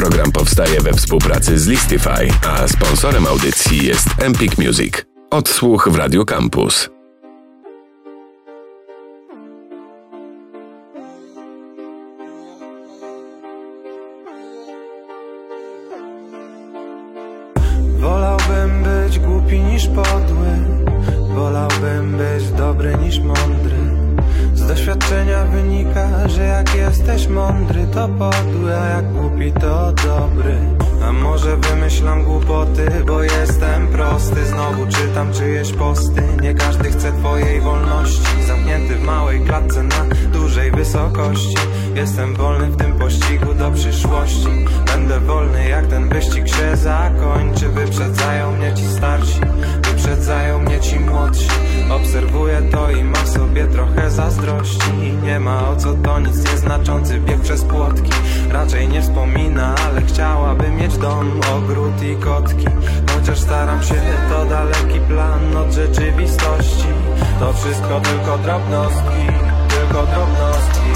Program powstaje we współpracy z Listify, a sponsorem audycji jest Empik Music. Odsłuch w Radio Campus. Wolałbym być głupi niż podły, wolałbym być dobry niż mądry. Z doświadczenia wynika, że jak jesteś mądry to podły, a jak głupi to dobry. A może wymyślam głupoty, bo jestem prosty. Znowu czytam czyjeś posty, nie każdy chce twojej wolności. Zamknięty w małej klatce na dużej wysokości. Jestem wolny w tym pościgu do przyszłości. Będę wolny jak ten wyścig się zakończy. Wyprzedzają mnie ci starsi, wyprzedzają mnie ci młodsi. Obserwuję to i mam w sobie trochę zazdrości. Nie ma o co, to nic nieznaczący bieg przez płotki. Raczej nie wspomina, ale chciałaby mieć dom, ogród i kotki. Chociaż staram się, to daleki plan od rzeczywistości. To wszystko tylko drobnostki, tylko drobnostki.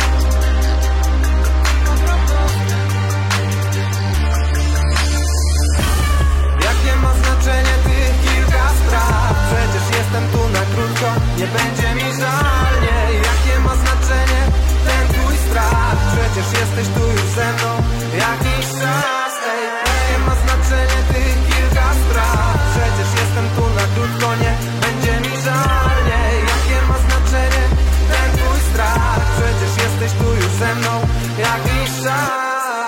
Jakie ma znaczenie tych kilka spraw? Przecież jestem tu na krótko, nie będzie mi żal, nie. Jakie ma znaczenie ten twój strach? Przecież jesteś tu już ze mną jakiś czas, ej. Jakie ma znaczenie tych kilka spraw? Przecież jestem tu na krótko, nie będzie mi żal, nie. Jakie ma znaczenie ten twój strach? Przecież jesteś tu już ze mną jakiś czas.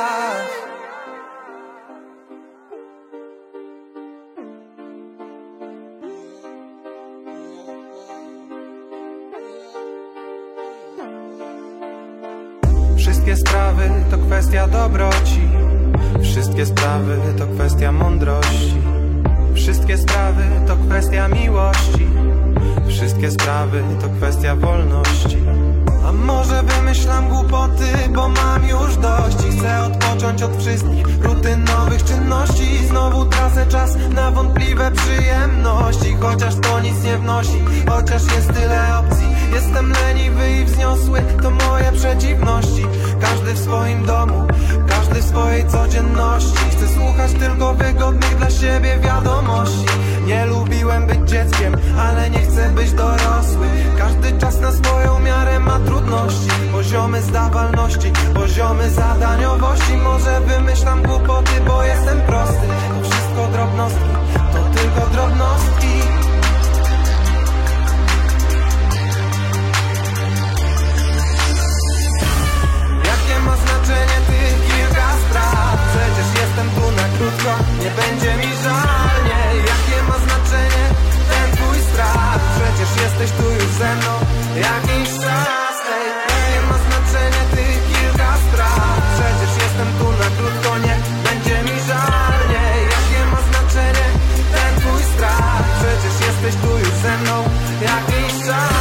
Wszystkie sprawy to kwestia dobroci. Wszystkie sprawy to kwestia mądrości. Wszystkie sprawy to kwestia miłości. Wszystkie sprawy to kwestia wolności. A może wymyślam głupoty, bo mam już dość i chcę odpocząć od wszystkich rutynowych czynności. I znowu tracę czas na wątpliwe przyjemności. Chociaż to nic nie wnosi, chociaż jest tyle opcji. Jestem leniwy i wzniosły, to moje przeciwności. Każdy w swoim domu, każdy w swojej codzienności. Chcę słuchać tylko wygodnych dla siebie wiadomości. Nie lubiłem być dzieckiem, ale nie chcę być dorosły. Każdy czas na swoją miarę ma trudności. Poziomy zdawalności, poziomy zadaniowości. Może wymyślam głupoty, bo jestem prosty. To wszystko drobnostki, to tylko drobnostki. Jakie ma znaczenie tych kilka spraw? Przecież jestem tu na krótko, nie będzie mi żal, nie. Jakie ma znaczenie ten twój strach? Przecież jesteś tu już ze mną jakiś czas, ej. Jakie ma znaczenie tych kilka spraw? Przecież jestem tu na krótko, nie będzie mi żal, nie. Jakie ma znaczenie ten twój strach? Przecież jesteś tu już ze mną jakiś czas.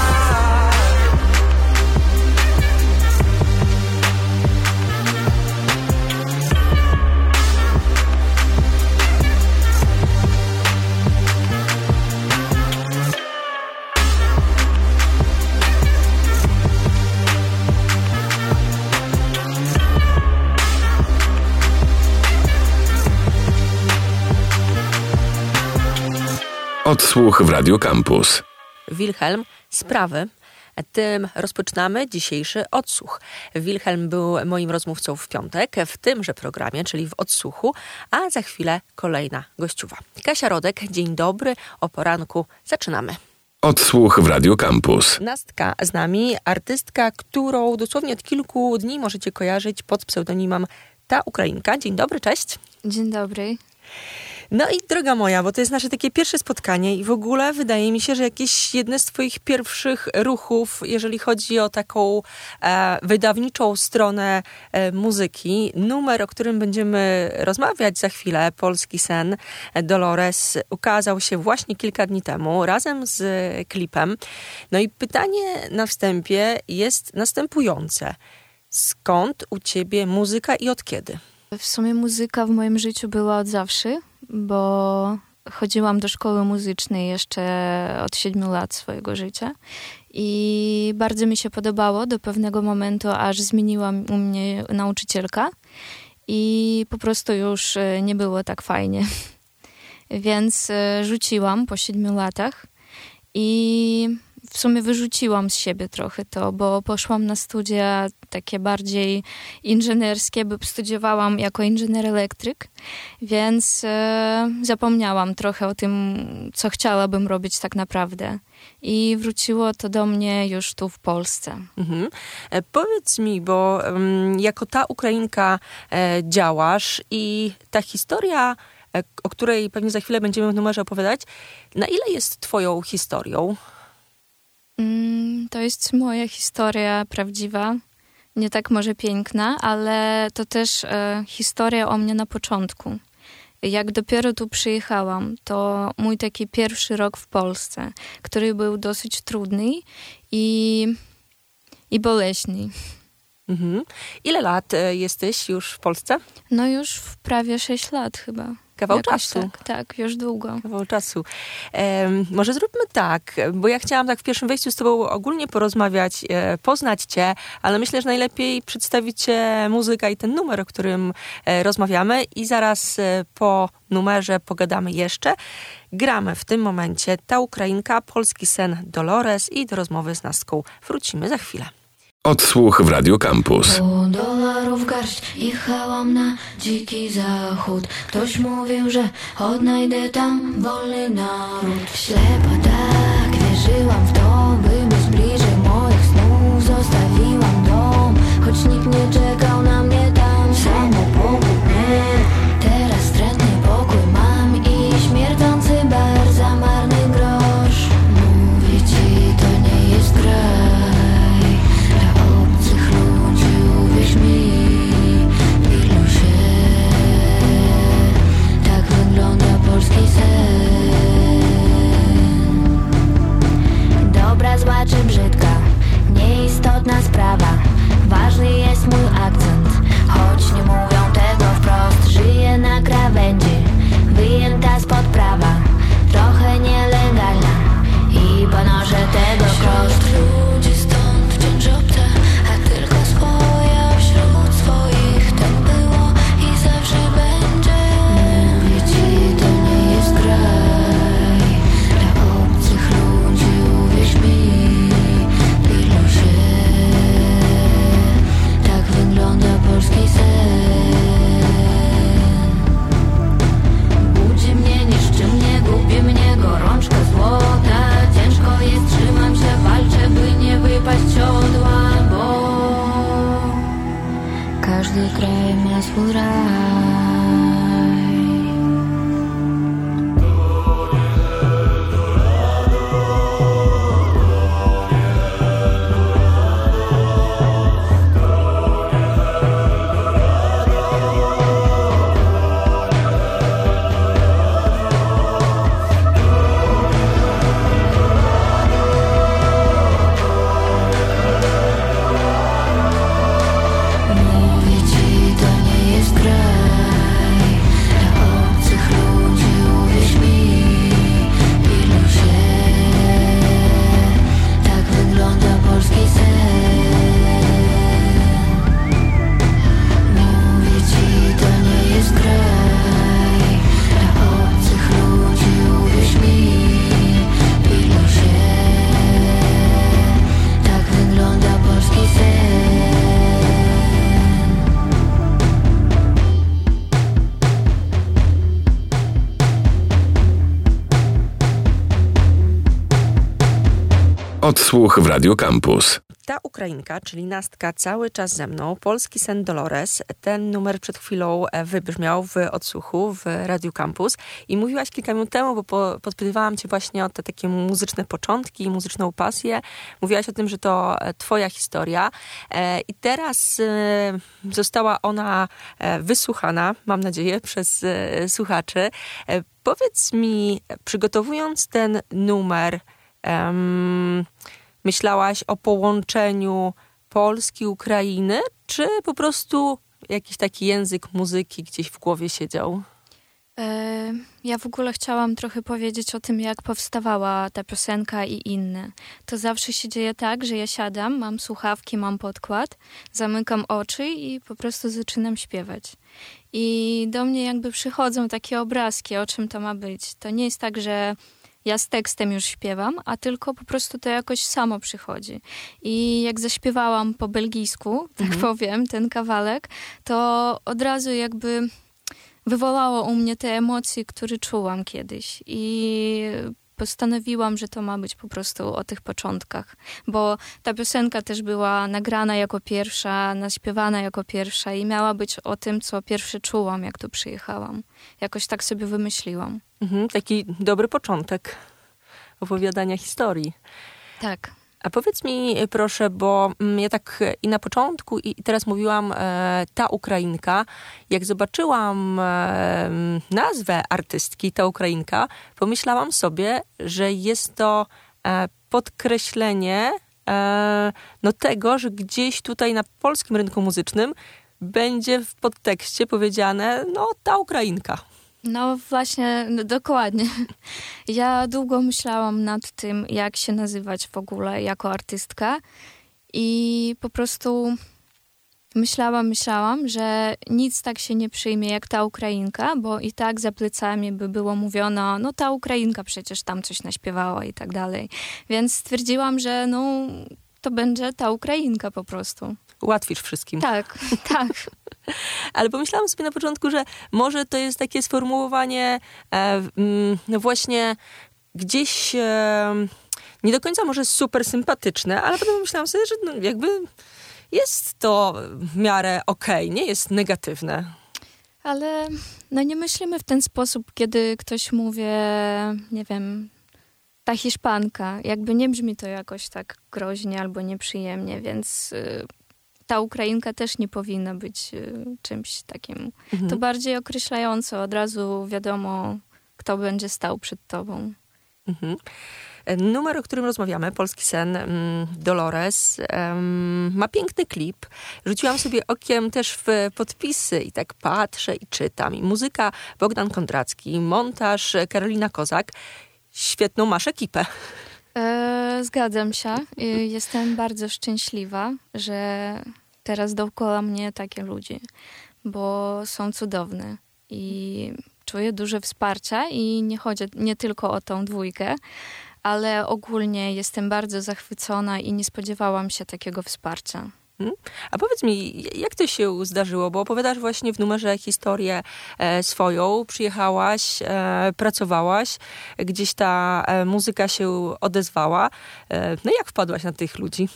Odsłuch w Radio Campus. Wilhelm, sprawy. Tym rozpoczynamy dzisiejszy odsłuch. Wilhelm był moim rozmówcą w piątek, w tymże programie, czyli w odsłuchu, a za chwilę kolejna gościuwa. Kasia Rodek, dzień dobry, o poranku zaczynamy. Odsłuch w Radio Campus. Nastka z nami, artystka, którą dosłownie od kilku dni możecie kojarzyć pod pseudonimem Ta Ukrainka. Dzień dobry, cześć. Dzień dobry. No i droga moja, bo to jest nasze takie pierwsze spotkanie i w ogóle wydaje mi się, że jakieś jedne z twoich pierwszych ruchów, jeżeli chodzi o taką wydawniczą stronę muzyki, numer, o którym będziemy rozmawiać za chwilę, Polski sen, Dolores, ukazał się właśnie kilka dni temu razem z klipem. No i pytanie na wstępie jest następujące. Skąd u ciebie muzyka i od kiedy? W sumie muzyka w moim życiu była od zawsze, bo chodziłam do szkoły muzycznej jeszcze od 7 lat swojego życia i bardzo mi się podobało do pewnego momentu, aż zmieniła u mnie nauczycielka i po prostu już nie było tak fajnie. Więc rzuciłam po 7 latach i w sumie wyrzuciłam z siebie trochę to, bo poszłam na studia takie bardziej inżynierskie, bo studiowałam jako inżynier elektryk, więc zapomniałam trochę o tym, co chciałabym robić tak naprawdę. I wróciło to do mnie już tu w Polsce. Powiedz mi, bo jako ta Ukrainka działasz i ta historia, o której pewnie za chwilę będziemy w numerze opowiadać, na ile jest twoją historią? To jest moja historia prawdziwa, nie tak może piękna, ale to też historia o mnie na początku. Jak dopiero tu przyjechałam, to mój taki pierwszy rok w Polsce, który był dosyć trudny i boleśny. Ile lat jesteś już w Polsce? No już w prawie 6 lat chyba. Kawał czasu. Tak, już długo. Kawał czasu. Może zróbmy tak, bo ja chciałam tak w pierwszym wejściu z tobą ogólnie porozmawiać, poznać cię, ale myślę, że najlepiej przedstawić cię muzyka i ten numer, o którym rozmawiamy i zaraz po numerze pogadamy jeszcze. Gramy w tym momencie Ta Ukrainka, Polski sen Dolores i do rozmowy z Nastką wrócimy za chwilę. Odsłuch w Radio Campus. $100 garść, jechałam na dziki zachód. Ktoś mówił, że odnajdę tam wolny naród. Ślepa tak, wierzyłam w to, by być bliżej moich snów. Zostawiłam dom, choć nikt nie czekał na mnie tam. Samopokój mnie, teraz wstrętny pokój mam i śmierdzący bar za marny grosz. Mówię ci, to nie jest kraj ludzi, uwierz mi, piluj się. Tak wygląda polski sen. Dobra, zła czy brzydka, nieistotna sprawa. Ważny jest mój akcent, choć nie mówią tego wprost. Żyję na krawędzi, wyjęta spod prawa, trochę nielegalna i ponoszę tego koszt. Ludzi stąd wciąż obca, a tylko swoja wśród swoich. Tak było i zawsze będzie. Mówię ci, to nie jest kraj dla obcych ludzi, uwierz mi, piluj się. Tak wygląda polski sen. Budzi mnie, niszczy mnie, gubi mnie gorączka złota. Ciężko jest, trzymam się, walczę, by nie wypaść z siodła, bo każdy kraj ma swój raj. Mówię ci, to nie jest kraj dla obcych ludzi, uwierz mi, piluj się. Tak wygląda polski sen. Mówię ci, to nie jest kraj dla obcych ludzi, uwierz mi, piluj się. Tak wygląda polski sen. Odsłuch w Radio Campus. Ta Ukrainka, czyli Nastka, cały czas ze mną. Polski sen Dolores. Ten numer przed chwilą wybrzmiał w odsłuchu w Radio Campus. I mówiłaś kilka minut temu, bo podpytywałam cię właśnie o te takie muzyczne początki, muzyczną pasję. Mówiłaś o tym, że to twoja historia. I teraz została ona wysłuchana, mam nadzieję, przez słuchaczy. Powiedz mi, przygotowując ten numer, myślałaś o połączeniu Polski, Ukrainy, czy po prostu jakiś taki język muzyki gdzieś w głowie siedział? Ja w ogóle chciałam trochę powiedzieć o tym, jak powstawała ta piosenka i inne. To zawsze się dzieje tak, że ja siadam, mam słuchawki, mam podkład, zamykam oczy i po prostu zaczynam śpiewać. I do mnie jakby przychodzą takie obrazki, o czym to ma być. To nie jest tak, że ja z tekstem już śpiewam, a tylko po prostu to jakoś samo przychodzi. I jak zaśpiewałam po belgijsku, tak powiem, ten kawałek, to od razu jakby wywołało u mnie te emocje, które czułam kiedyś. I postanowiłam, że to ma być po prostu o tych początkach. Bo ta piosenka też była nagrana jako pierwsza, naśpiewana jako pierwsza i miała być o tym, co pierwsze czułam, jak tu przyjechałam. Jakoś tak sobie wymyśliłam. Taki dobry początek opowiadania historii. Tak. A powiedz mi proszę, bo ja tak i na początku i teraz mówiłam ta Ukrainka. Jak zobaczyłam nazwę artystki, ta Ukrainka, pomyślałam sobie, że jest to podkreślenie tego, że gdzieś tutaj na polskim rynku muzycznym będzie w podtekście powiedziane, ta Ukrainka. No właśnie, dokładnie. Ja długo myślałam nad tym, jak się nazywać w ogóle jako artystka i po prostu myślałam, że nic tak się nie przyjmie jak ta Ukrainka, bo i tak za plecami by było mówiono, ta Ukrainka przecież tam coś naśpiewała i tak dalej. Więc stwierdziłam, że to będzie ta Ukrainka po prostu. Ułatwisz wszystkim. Tak. Ale pomyślałam sobie na początku, że może to jest takie sformułowanie właśnie gdzieś nie do końca może super sympatyczne, ale potem pomyślałam sobie, że jakby jest to w miarę okej, nie jest negatywne. Ale nie myślimy w ten sposób, kiedy ktoś mówi, nie wiem, ta Hiszpanka. Jakby nie brzmi to jakoś tak groźnie albo nieprzyjemnie, więc ta Ukrainka też nie powinna być czymś takim. To bardziej określająco, od razu wiadomo, kto będzie stał przed tobą. Numer, o którym rozmawiamy, Polski Sen, Dolores, ma piękny klip. Rzuciłam sobie okiem też w podpisy i tak patrzę i czytam. I muzyka Bogdan Kondracki, montaż Karolina Kozak. Świetną masz ekipę. Zgadzam się. Jestem bardzo szczęśliwa, że teraz dookoła mnie takie ludzie, bo są cudowne i czuję duże wsparcie i nie chodzi nie tylko o tą dwójkę, ale ogólnie jestem bardzo zachwycona i nie spodziewałam się takiego wsparcia. A powiedz mi, jak to się zdarzyło? Bo opowiadasz właśnie w numerze historię swoją. Przyjechałaś, pracowałaś, gdzieś ta muzyka się odezwała. Jak wpadłaś na tych ludzi?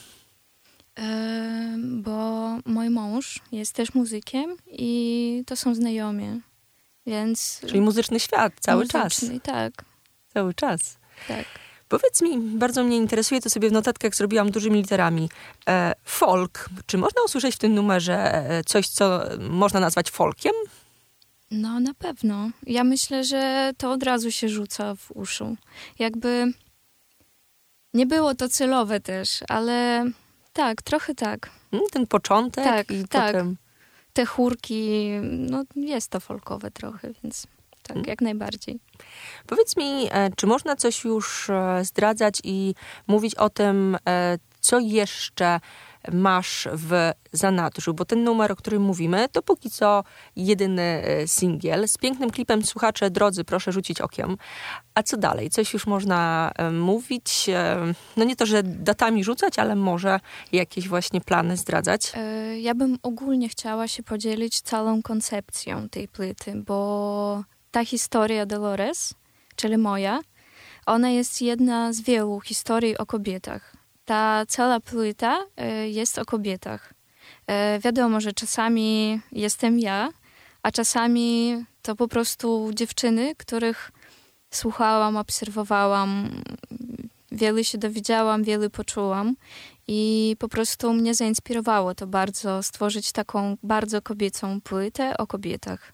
Bo mój mąż jest też muzykiem i to są znajomi, więc... Czyli muzyczny świat cały czas. Tak. Cały czas. Tak. Powiedz mi, bardzo mnie interesuje, to sobie w notatkach zrobiłam dużymi literami. Folk. Czy można usłyszeć w tym numerze coś, co można nazwać folkiem? Na pewno. Ja myślę, że to od razu się rzuca w uszu. Jakby nie było to celowe też, ale tak, trochę tak. Ten początek tak, i tak. potem... Te chórki, jest to folkowe trochę, więc tak, jak najbardziej. Powiedz mi, czy można coś już zdradzać i mówić o tym, co jeszcze masz w zanadrzu? Bo ten numer, o którym mówimy, to póki co jedyny singiel. Z pięknym klipem, słuchacze drodzy, proszę rzucić okiem. A co dalej? Coś już można mówić? Nie to, że datami rzucać, ale może jakieś właśnie plany zdradzać? Ja bym ogólnie chciała się podzielić całą koncepcją tej płyty, bo ta historia Dolores, czyli moja, ona jest jedna z wielu historii o kobietach. Ta cała płyta jest o kobietach. Wiadomo, że czasami jestem ja, a czasami to po prostu dziewczyny, których słuchałam, obserwowałam, wiele się dowiedziałam, wiele poczułam i po prostu mnie zainspirowało to bardzo stworzyć taką bardzo kobiecą płytę o kobietach.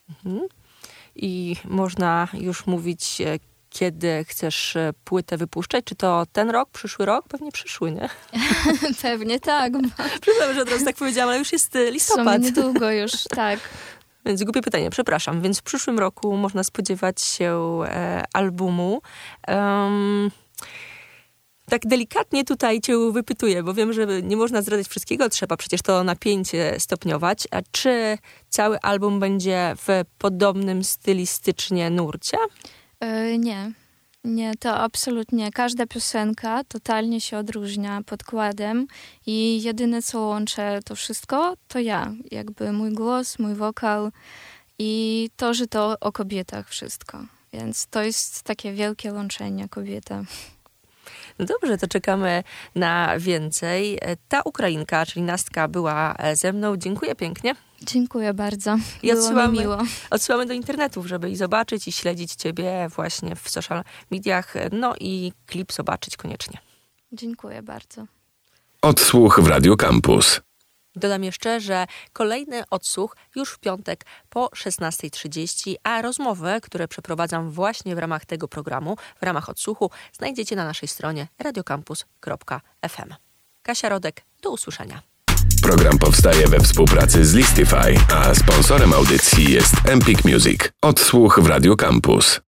I można już mówić, kiedy chcesz płytę wypuszczać? Czy to ten rok, przyszły rok? Pewnie przyszły, nie? Pewnie tak. Przyznam, że od razu tak powiedziałam, ale już jest listopad. W sumie niedługo już, tak. Więc głupie pytanie, przepraszam. Więc w przyszłym roku można spodziewać się albumu. Tak delikatnie tutaj cię wypytuję, bo wiem, że nie można zdradzać wszystkiego, trzeba przecież to napięcie stopniować. A czy cały album będzie w podobnym stylistycznie nurcie? Nie, to absolutnie. Każda piosenka totalnie się odróżnia podkładem i jedyne, co łączę to wszystko, to ja. Jakby mój głos, mój wokal i to, że to o kobietach wszystko. Więc to jest takie wielkie łączenie kobieta. No dobrze, to czekamy na więcej. Ta Ukrainka, czyli Nastka, była ze mną. Dziękuję pięknie. Dziękuję bardzo. I Było mi miło. Odsyłamy do internetów, żeby i zobaczyć, i śledzić ciebie właśnie w social mediach. No i klip zobaczyć koniecznie. Dziękuję bardzo. Odsłuch w Radio Campus. Dodam jeszcze, że kolejny odsłuch już w piątek po 16:30, a rozmowy, które przeprowadzam właśnie w ramach tego programu, w ramach odsłuchu, znajdziecie na naszej stronie radiocampus.fm. Kasia Rodek, do usłyszenia. Program powstaje we współpracy z Listify, a sponsorem audycji jest Empik Music. Odsłuch w Radio Campus.